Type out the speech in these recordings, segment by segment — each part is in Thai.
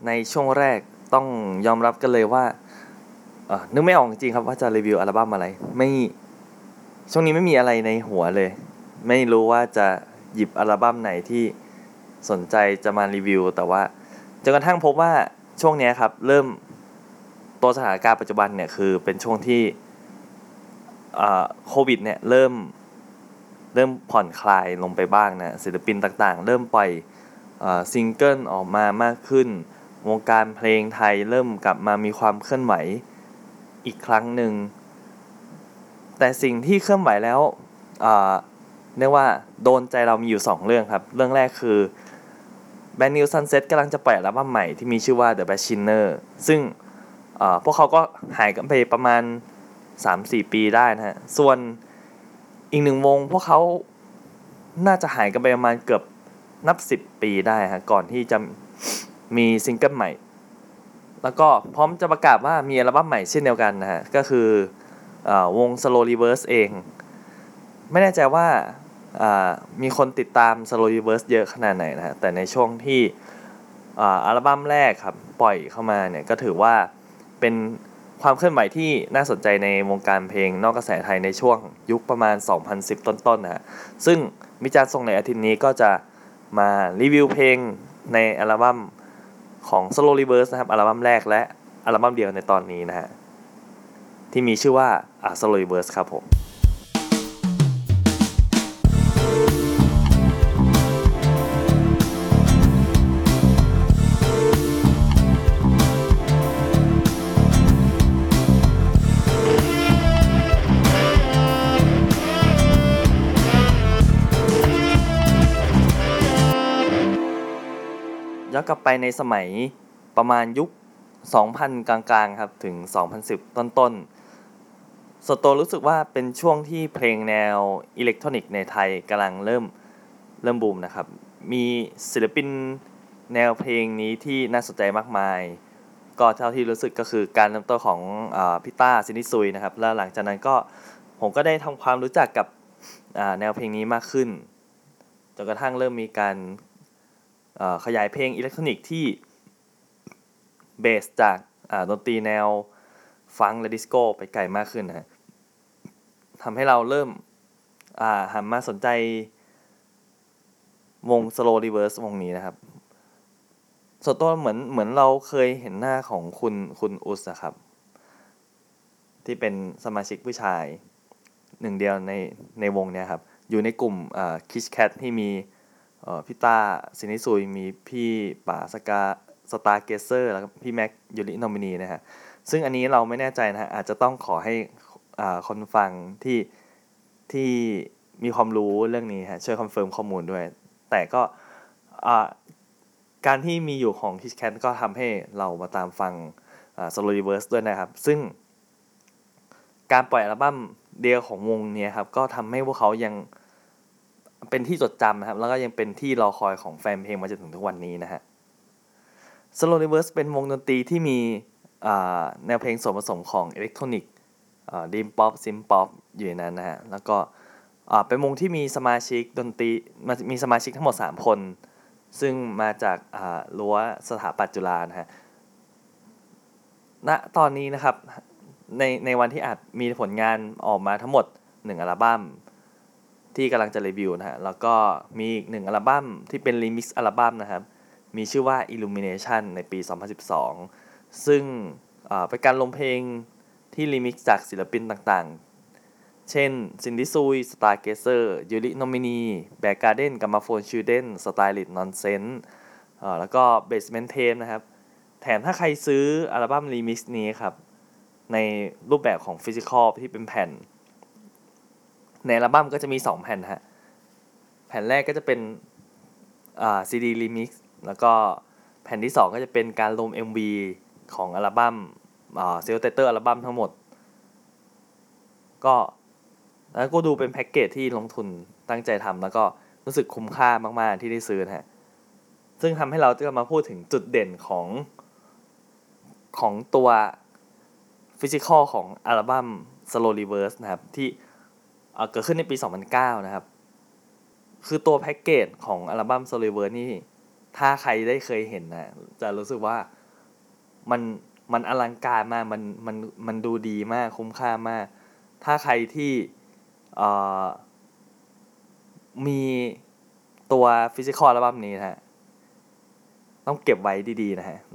ในช่วงแรกต้องยอมรับกันเลยว่านึกไม่ออกจริงๆครับว่าจะรีวิวอัลบั้มอะไรไม่ช่วงนี้ไม่มีอะไรในหัวเลยไม่รู้ว่าจะหยิบอัลบั้มไหนที่สนใจจะมารีวิวแต่ว่าจนกระทั่งพบว่าช่วงนี้ครับเริ่มตัวสถานการณ์ปัจจุบันเนี่ยคือเป็นช่วงที่โควิดเนี่ยเริ่มผ่อนคลายลงไปบ้างนะศิลปินต่างๆเริ่มปล่อยซิงเกิลออกมามากขึ้นวงการเพลงไทยเริ่มกลับมามีความเคลื่อนไหวอีกครั้งหนึ่งแต่สิ่งที่เคลื่อนไหวแล้วเรียกว่าโดนใจเรามีอยู่2เรื่องครับเรื่องแรกคือแบรนด์ New Sunset กำลังจะปล่อยอัลบั้มใหม่ที่มีชื่อว่า The Bachelor ซึ่งพวกเขาก็หายกันไปประมาณ 3-4 ปีได้นะฮะส่วนอีกหนึ่งวงพวกเขาน่าจะหายกันไปประมาณเกือบนับ10 ปีได้ฮะก่อนที่จะมีซิงเกิลใหม่แล้วก็พร้อมจะประกาศว่ามีอัลบั้มใหม่เช่นเดียวกันนะฮะก็คือวง Slow Reverse เองไม่แน่ใจว่ามีคนติดตาม Slow Reverse เยอะขนาดไหนนะฮะแต่ในช่วงที่อัลบั้มแรกครับปล่อยเข้ามาเนี่ยก็ถือว่าเป็นความเคลื่อนไหวที่น่าสนใจในวงการเพลงนอกกระแสไทยในช่วงยุคประมาณ2010ต้นๆนะฮะซึ่งมิจารณ์ทรงในอาทิตย์นี้ก็จะมารีวิวเพลงในอัลบั้มของ Slow Reverse นะครับอัลบั้มแรกและอัลบั้มเดียวในตอนนี้นะฮะที่มีชื่อว่า Slow Reverse ครับผมย้อนกลับไปในสมัยประมาณยุค2000กลางๆครับถึง2010ต้นๆส่วนตัวรู้สึกว่าเป็นช่วงที่เพลงแนวอิเล็กทรอนิกส์ในไทยกำลังเริ่มบูมนะครับมีศิลปินแนวเพลงนี้ที่น่าสนใจมากมายก็เท่าที่รู้สึกก็คือการเริ่มต้นของพี่ต้าซินิซุยนะครับแล้วหลังจากนั้นก็ผมก็ได้ทำความรู้จักกับแนวเพลงนี้มากขึ้นจนกระทั่งเริ่มมีการขยายเพลงอิเล็กทรอนิกส์ที่เบสจากดนตรีแนวฟังก์และดิสโก้ไปไกลมากขึ้นนะทำให้เราเริ่มหันมาสนใจวง Slow Reverse วงนี้นะครับส่วนตัวเหมือนเราเคยเห็นหน้าของคุณอุสนะครับที่เป็นสมาชิกผู้ชายหนึ่งเดียวในวงเนี้ยครับอยู่ในกลุ่มKiss Cat ที่มีพี่ต้าซินิซุยมีพี่ป๋าสตาร์เกเซอร์แล้วก็พี่แม็กยูริโนมินีนะฮะซึ่งอันนี้เราไม่แน่ใจนะฮะอาจจะต้องขอให้คนฟังที่มีความรู้เรื่องนี้ฮะช่วยคอนเฟิร์มข้อมูลด้วยแต่ก็การที่มีอยู่ของ Kiss Cat ก็ทำให้เรามาตามฟังSlow Reverse ด้วยนะครับซึ่งการปล่อยอัลบั้มเดียวของวงนี้ครับก็ทำให้พวกเขายังเป็นที่จดจำนะครับแล้วก็ยังเป็นที่รอคอยของแฟนเพลงมาจนถึงทุกวันนี้นะฮะ Slow Reverse เป็นวงดนตรีที่มีแนวเพลงส่วนผสมของอิเล็กทรอนิกส์ดีมป๊อปซิมป๊อปอยู่ในนั้นนะฮะแล้วก็เป็นวงที่มีสมาชิกดนตรีมีสมาชิกทั้งหมด3คนซึ่งมาจากรั้วสถาปัตย์จุฬานะฮะณตอนนี้นะครับในวันที่มีผลงานออกมาทั้งหมด1อัลบั้มที่กำลังจะรีวิวนะฮะแล้วก็มีอีก1อัลบั้มที่เป็นรีมิกซ์อัลบั้มนะครับมีชื่อว่า Illumination ในปี 2012 ซึ่งเป็นการลงเพลงที่รีมิกซ์จากศิลปินต่างๆเช่นซินดี้ซุยสตาร์เกเซอร์ยูริโนมินีแบกการ์เด้นกัมมาโฟนชิลเดนสไตลิสต์นอนเซนส์แล้วก็เบสเมนต์เทมนะครับแถมถ้าใครซื้ออัลบั้มรีมิกซ์นี้ครับในรูปแบบของฟิสิกอลที่เป็นแผ่นในอัลบั้มก็จะมี2แผ่นฮะแผ่นแรกก็จะเป็นCD Remix แล้วก็แผ่นที่2ก็จะเป็นการรวม MV ของอัลบั้มเซลเตเตอร์อัลบั้มทั้งหมดก็แล้วก็ดูเป็นแพ็กเกจที่ลงทุนตั้งใจทำแล้วก็รู้สึกคุ้มค่ามากๆที่ได้ซื้อนะฮะซึ่งทำให้เราจะมาพูดถึงจุดเด่นของตัวฟิสิกอลของอัลบั้ม Slow Reverse นะครับที่เกิดขึ้นในปี2009นะครับคือตัวแพ็กเกจของอัลบั้ม Slow Reverse นี่ถ้าใครได้เคยเห็นนะจะรู้สึกว่ามันมันอลังการมากมันดูดีมากคุ้มค่ามากถ้าใครที่เอ่อมีตัวฟิสิคอลอัลบั้มนี้นะฮะต้องเก็บไว้ดีๆนะฮะ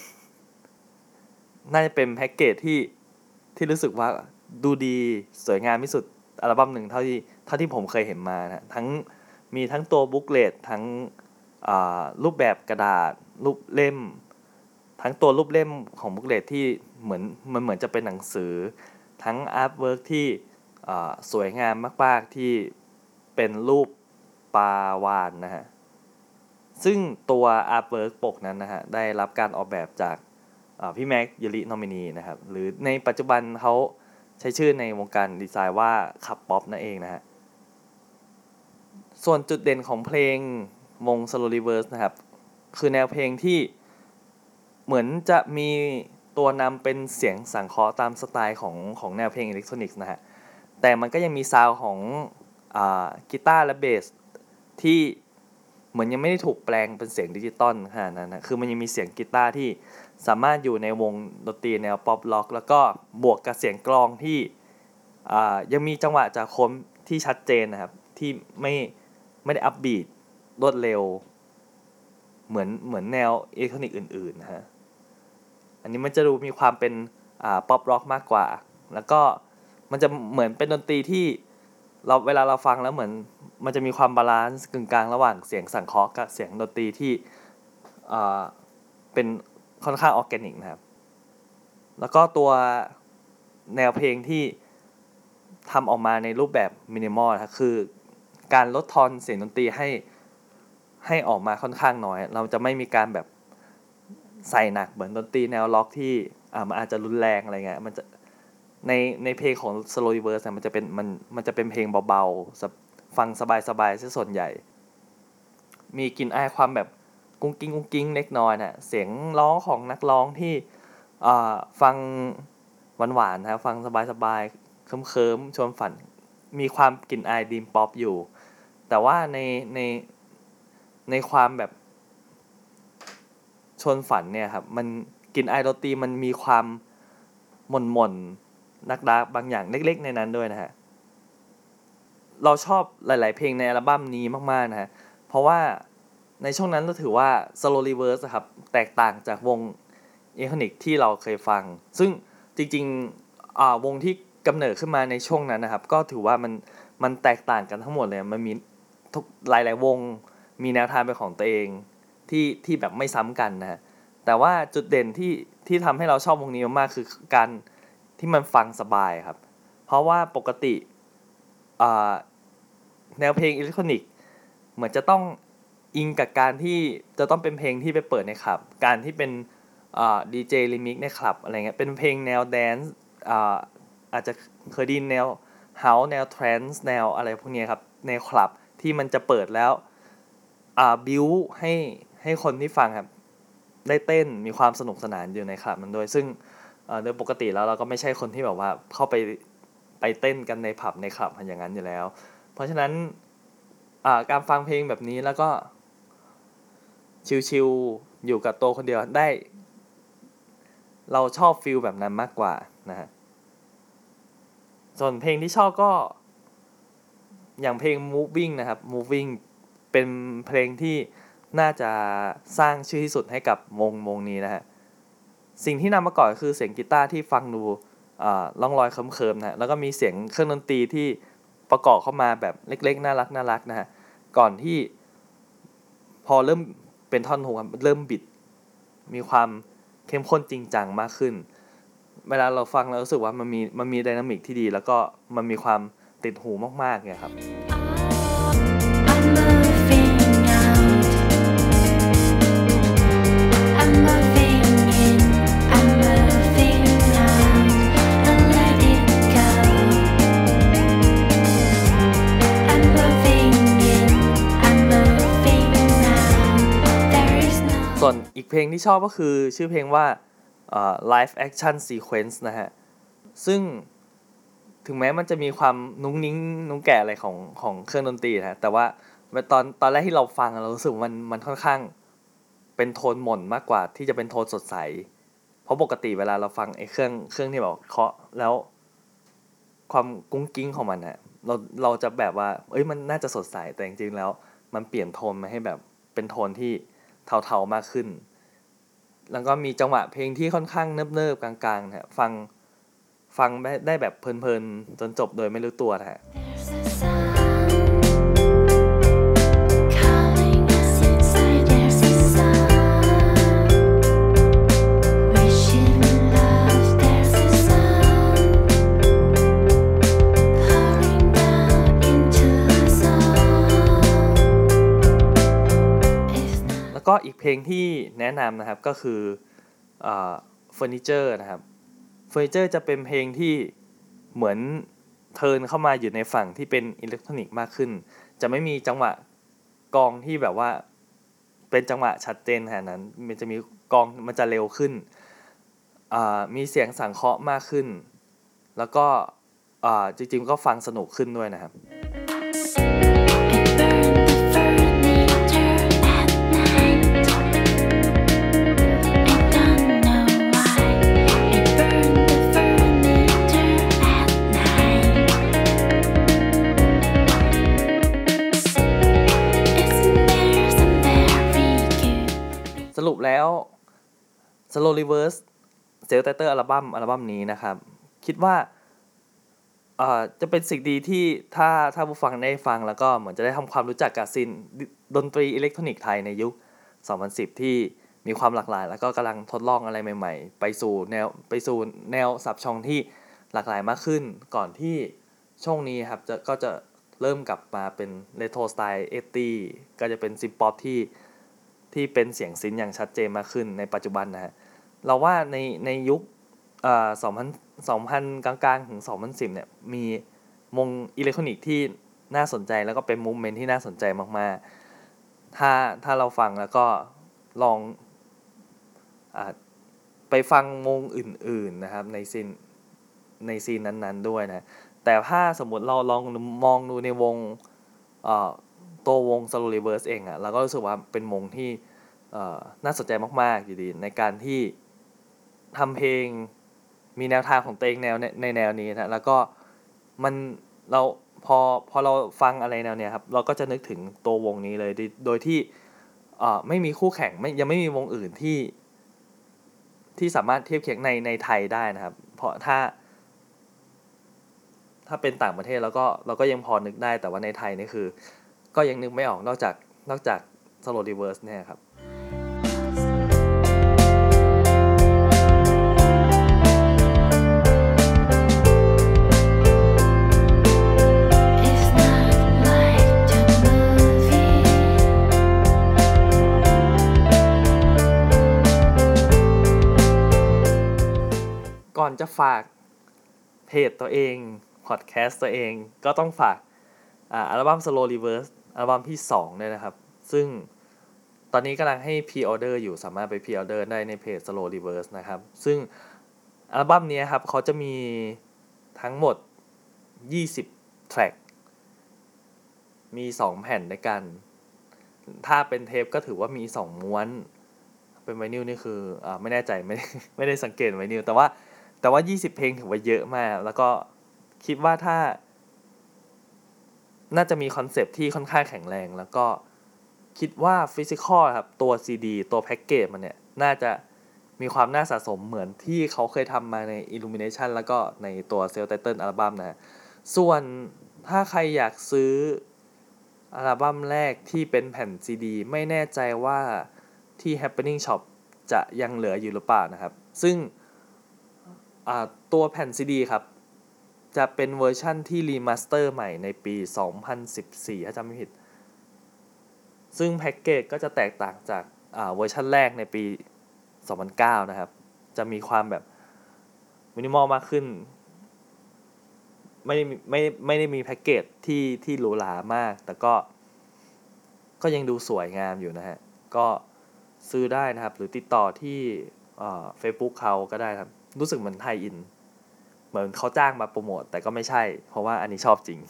น่าจะเป็นแพ็กเกจที่รู้สึกว่าดูดีสวยงามที่สุดอัลบั้มหนึ่งเท่าที่ผมเคยเห็นมานะมีทั้งตัวบุ๊กเลตทั้งรูปแบบกระดาษรูปเล่มทั้งตัวรูปเล่มของบุ๊กเลตที่เหมือนจะเป็นหนังสือทั้งอาร์ตเวิร์กที่สวยงามมากๆที่เป็นรูปปลาวาฬนะฮะซึ่งตัวอาร์ตเวิร์กปกนั้นนะฮะได้รับการออกแบบจากพี่แม็กยูริโนมินีนะครับหรือในปัจจุบันเขาใช้ชื่อในวงการดีไซน์ว่าคับป๊อปนั่นเองนะฮะส่วนจุดเด่นของเพลงวง Slow Reverse นะครับคือแนวเพลงที่เหมือนจะมีตัวนำเป็นเสียงสังเคราะห์ตามสไตล์ของแนวเพลงอิเล็กทรอนิกส์นะฮะแต่มันก็ยังมีซาวด์ของกีตาร์และเบสที่เหมือนยังไม่ได้ถูกแปลงเป็นเสียงดิจิตอลขนาดนั้นนะคือมันยังมีเสียงกีตาร์ที่สามารถอยู่ในวงดนตรีแนวป๊อปล็อกแล้วก็บวกกับเสียงกลองที่ยังมีจังหวะจากโคมที่ชัดเจนนะครับที่ไม่ได้อัพบีทรวดเร็วเหมือนแนวอิเล็กทรอนิกส์อื่นๆนะฮะอันนี้มันจะดูมีความเป็นป๊อปร็อกมากกว่าแล้วก็มันจะเหมือนเป็นดนตรีที่เวลาเราฟังแล้วเหมือนมันจะมีความบาลานซ์กึ่งกลางระหว่างเสียงสังเคราะห์กับเสียงดนตรีที่เป็นค่อนข้างออร์แกนิกนะครับแล้วก็ตัวแนวเพลงที่ทำออกมาในรูปแบบมินิมอลนะครับคือการลดทอนเสียงดนตรีให้ออกมาค่อนข้างน้อยเราจะไม่มีการแบบใส่หนักเหมือนดนตรีแนวล็อกที่มันอาจจะรุนแรงอะไรเงี้ยมันจะในเพลงของ Slow Reverse มันจะเป็นเพลงเบาๆฟังสบายๆซะส่วนใหญ่มีกลิ่นอายความแบบกุ้งกิ้งเล็กน้อยนะเสียงร้องของนักร้องที่ฟังหวานๆนะฟังสบายๆเคิมๆชวนฝันมีความกลิ่นอายดีมป๊อปอยู่แต่ว่าในความแบบชวนฝันเนี่ยครับมันกลิ่นอายดนตรีมันมีความหม่นนักดาร์กบางอย่างเล็กๆในนั้นด้วยนะฮะเราชอบหลายๆเพลงในอัลบั้มนี้มากๆนะฮะเพราะว่าในช่วงนั้นเราถือว่า Slow Reverse ครับแตกต่างจากวงอิเล็กทรอนิกส์ที่เราเคยฟังซึ่งจริงๆวงที่กำเนิดขึ้นมาในช่วงนั้นนะครับก็ถือว่ามันแตกต่างกันทั้งหมดเลยมันมีหลายๆวงมีแนวทางเป็นของตัวเองที่แบบไม่ซ้ำกันนะฮะแต่ว่าจุดเด่นที่ทำให้เราชอบวงนี้มากๆคือการที่มันฟังสบายครับเพราะว่าปกติแนวเพลงอิเล็กทรอนิกส์เหมือนจะต้องอิงกับการที่จะต้องเป็นเพลงที่ไปเปิดในคลับการที่เป็นดีเจรีมิกซ์ในคลับอะไรเงี้ยเป็นเพลงแนวแดนซ์อาจจะเคยได้ยินแนวเฮาส์แนวทรนซ์แนวอะไรพวกนี้ครับในคลับที่มันจะเปิดแล้วบิวให้คนที่ฟังครับได้เต้นมีความสนุกสนานอยู่ในคลับมันด้วยซึ่งโดยปกติแล้วเราก็ไม่ใช่คนที่แบบว่าเข้าไปเต้นกันในผับในคลับอย่างนั้นอยู่แล้วเพราะฉะนั้นการฟังเพลงแบบนี้แล้วก็ชิลๆอยู่กับตัวคนเดียวได้เราชอบฟีลแบบนั้นมากกว่านะฮะส่วนเพลงที่ชอบก็อย่างเพลง Moving นะครับ Moving เป็นเพลงที่น่าจะสร้างชื่อที่สุดให้กับวงนี้นะฮะสิ่งที่นำมาก่อนคือเสียงกีตาร์ที่ฟังดูล่องลอยเคิมๆนะแล้วก็มีเสียงเครื่องดนตรีที่ประกอบเข้ามาแบบเล็กๆน่ารักนะฮะก่อนที่พอเริ่มเป็นท่อนฮุกเริ่มบิดมีความเข้มข้นจริงจังมากขึ้นเวลาเราฟังเรารู้สึกว่ามันมีไดนามิกที่ดีแล้วก็มันมีความติดหูมากๆเนี่ยครับส่วนอีกเพลงที่ชอบก็คือชื่อเพลงว่าLive Action Sequence นะฮะซึ่งถึงแม้มันจะมีความนุ้งนิ้งนุ้งแก่อะไรของเครื่องดนตรีนะแต่ว่าตอนแรกที่เราฟังเรารู้สึกมันค่อนข้างเป็นโทนหม่นมากกว่าที่จะเป็นโทนสดใสเพราะปกติเวลาเราฟังไอ้เครื่องที่แบบเคาะแล้วความกุ้งกิ้งของมันฮะเราจะแบบว่ามันน่าจะสดใสแต่จริงๆแล้วมันเปลี่ยนโทนมาให้แบบเป็นโทนที่เทาๆมากขึ้นแล้วก็มีจังหวะเพลงที่ค่อนข้างเนิบๆกลางๆฮะฟังได้แบบเพลินๆจนจบโดยไม่รู้ตัวนะฮะแล้วก็อีกเพลงที่แนะนำนะครับก็คือFurniture นะครับ Furniture จะเป็นเพลงที่เหมือนเทิร์นเข้ามาอยู่ในฝั่งที่เป็นอิเล็กทรอนิกส์มากขึ้นจะไม่มีจังหวะกลองที่แบบว่าเป็นจังหวะชัดเจนขนาดนั้นมันจะมีกลองมันจะเร็วขึ้นมีเสียงสังเคราะห์มากขึ้นแล้วก็จริงๆก็ฟังสนุกขึ้นด้วยนะครับสรุปแล้ว Slow Reverse Self Titled อัลบั้มนี้นะครับคิดว่าจะเป็นสิ่งดีที่ถ้าผู้ฟังได้ฟังแล้วก็เหมือนจะได้ทำความรู้จักกับซีนดนตรีอิเล็กทรอนิกส์ไทยในยุค 2010 ที่มีความหลากหลายแล้วก็กำลังทดลองอะไรใหม่ๆไปสู่แนวสับช่องที่หลากหลายมากขึ้นก่อนที่ช่วงนี้ครับก็จะเริ่มกลับมาเป็นเรโทรสไตล์80ก็จะเป็นซิปป๊อปที่เป็นเสียงซินอย่างชัดเจนมากขึ้นในปัจจุบันนะฮะเราว่าในยุค2000กลางๆถึง2010เนี่ยมีวงอิเล็กทรอนิกส์ที่น่าสนใจแล้วก็เป็นมูฟเมนท์ที่น่าสนใจมากๆถ้าเราฟังแล้วก็ลองไปฟังวงอื่นๆนะครับในซีนนั้นๆด้วยนะแต่ถ้าสมมุติเราลองมองดูในวงตัววง Slow Reverse เองเราก็รู้สึกว่าเป็นวงที่น่าสนใจมากๆอยู่ดีในการที่ทำเพลงมีแนวทางของตัวเองในแนวนี้นะแล้วก็เราพอเราฟังอะไรแนวเนี้ยครับเราก็จะนึกถึงตัววงนี้เลยโดยที่ไม่มีคู่แข่งยังไม่มีวงอื่นที่สามารถเทียบเคียงในไทยได้นะครับเพราะถ้าเป็นต่างประเทศเราก็ยังพอนึกได้แต่ว่าในไทยนี่คือก็ยังนึกไม่ออกนอกจาก Slow Reverse เนี่ยครับก่อนจะฝากเพจตัวเองพอดแคสต์ตัวเองก็ต้องฝากอัลบั้ม Slow Reverse อัลบั้มที่2ด้วยนะครับซึ่งตอนนี้กำลังให้ Pre-order อยู่สามารถไป Pre-order ได้ในเพจ Slow Reverse นะครับซึ่งอัลบั้มนี้ครับเขาจะมีทั้งหมด20 แทร็กมี2แผ่นด้วยกันถ้าเป็นเทปก็ถือว่ามี2ม้วนเป็นไวนิลนี่คือไม่แน่ใจไม่ได้สังเกตไวนิลแต่ว่า20เพลงถือว่าเยอะมากแล้วก็คิดว่าน่าจะมีคอนเซปต์ที่ค่อนข้างแข็งแรงแล้วก็คิดว่าฟิสิคอลครับตัว CD ตัวแพ็กเกจมันเนี่ยน่าจะมีความน่าสะสมเหมือนที่เขาเคยทำมาใน Illumination แล้วก็ในตัว Self Titled อัลบั้มนะส่วนถ้าใครอยากซื้ออัลบั้มแรกที่เป็นแผ่น CD ไม่แน่ใจว่าที่ Happening Shop จะยังเหลืออยู่หรือเปล่านะครับซึ่งตัวแผ่น CD ครับจะเป็นเวอร์ชั่นที่รีมาสเตอร์ใหม่ในปี 2014 ถ้าจำไม่ผิดซึ่งแพ็กเกจก็จะแตกต่างจากเวอร์ชั่นแรกในปี 2009 นะครับจะมีความแบบมินิมอลมากขึ้นไม่ได้มีแพ็กเกจที่หรูหรามากแต่ก็ยังดูสวยงามอยู่นะฮะก็ซื้อได้นะครับหรือติดต่อที่Facebook เขาก็ได้ครับรู้สึกเหมือนไทยอินเหมือนเขาจ้างมาโปรโมทแต่ก็ไม่ใช่เพราะว่าอันนี้ชอบจริง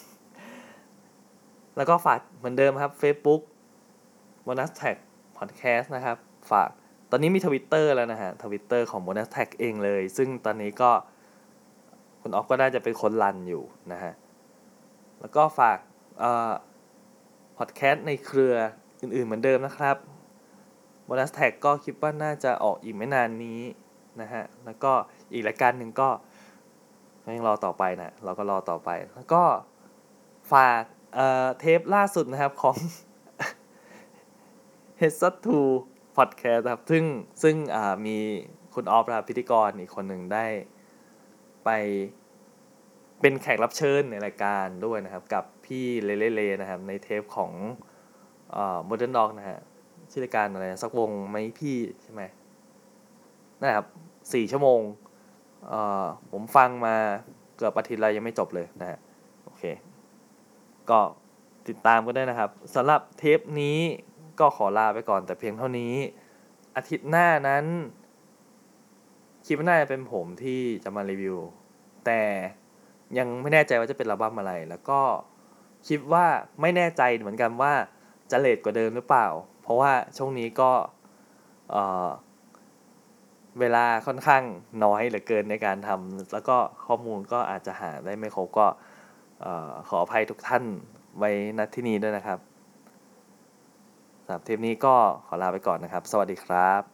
แล้วก็ฝากเหมือนเดิมครับ Facebook Bonus Track Podcast นะครับฝากอนนี้มี Twitter แล้วนะฮะ Twitter ของ Bonus Tag เองเลยซึ่งตอนนี้ก็คุณออฟก็น่าจะเป็นคนรันอยู่นะฮะแล้วก็ฝากพอดแคสต์ในเครืออื่นๆเหมือนเดิมนะครับ Bonus Tag ก็คิดว่าน่าจะออกอีกไม่นานนี้นะฮะแล้วก็อีกรายการหนึ่งก็ยังรอต่อไปนะเราก็รอต่อไปแล้วก็ฝากเทปล่าสุดนะครับของ Headset2 Podcast ครับซึ่งมีคุณออฟนะครับพิธีกรอีกคนหนึ่งได้ไปเป็นแขกรับเชิญในรายการด้วยนะครับกับพี่เลนะครับในเทปของModern Dog นะฮะชื่อรายการอะไรสักวงไหมพี่ใช่ไหมนั่นแหละครับ4 ชั่วโมงผมฟังมาเกือบอาทิตย์แล้วยังไม่จบเลยนะฮะโอเคก็ติดตามกันได้นะครับสำหรับเทปนี้ก็ขอลาไปก่อนแต่เพียงเท่านี้อาทิตย์หน้านั้นคิดว่าน่าจะเป็นผมที่จะมารีวิวแต่ยังไม่แน่ใจว่าจะเป็นอัลบั้มอะไรแล้วก็คิดว่าไม่แน่ใจเหมือนกันว่าจะเลทกว่าเดิมหรือเปล่าเพราะว่าช่วงนี้ก็เเวลาค่อนข้างน้อยเหลือเกินในการทำแล้วก็ข้อมูลก็อาจจะหาได้ไม่ครบก็ขออภัยทุกท่านไว้ณที่นี้ด้วยนะครับสำหรับเทปนี้ก็ขอลาไปก่อนนะครับสวัสดีครับ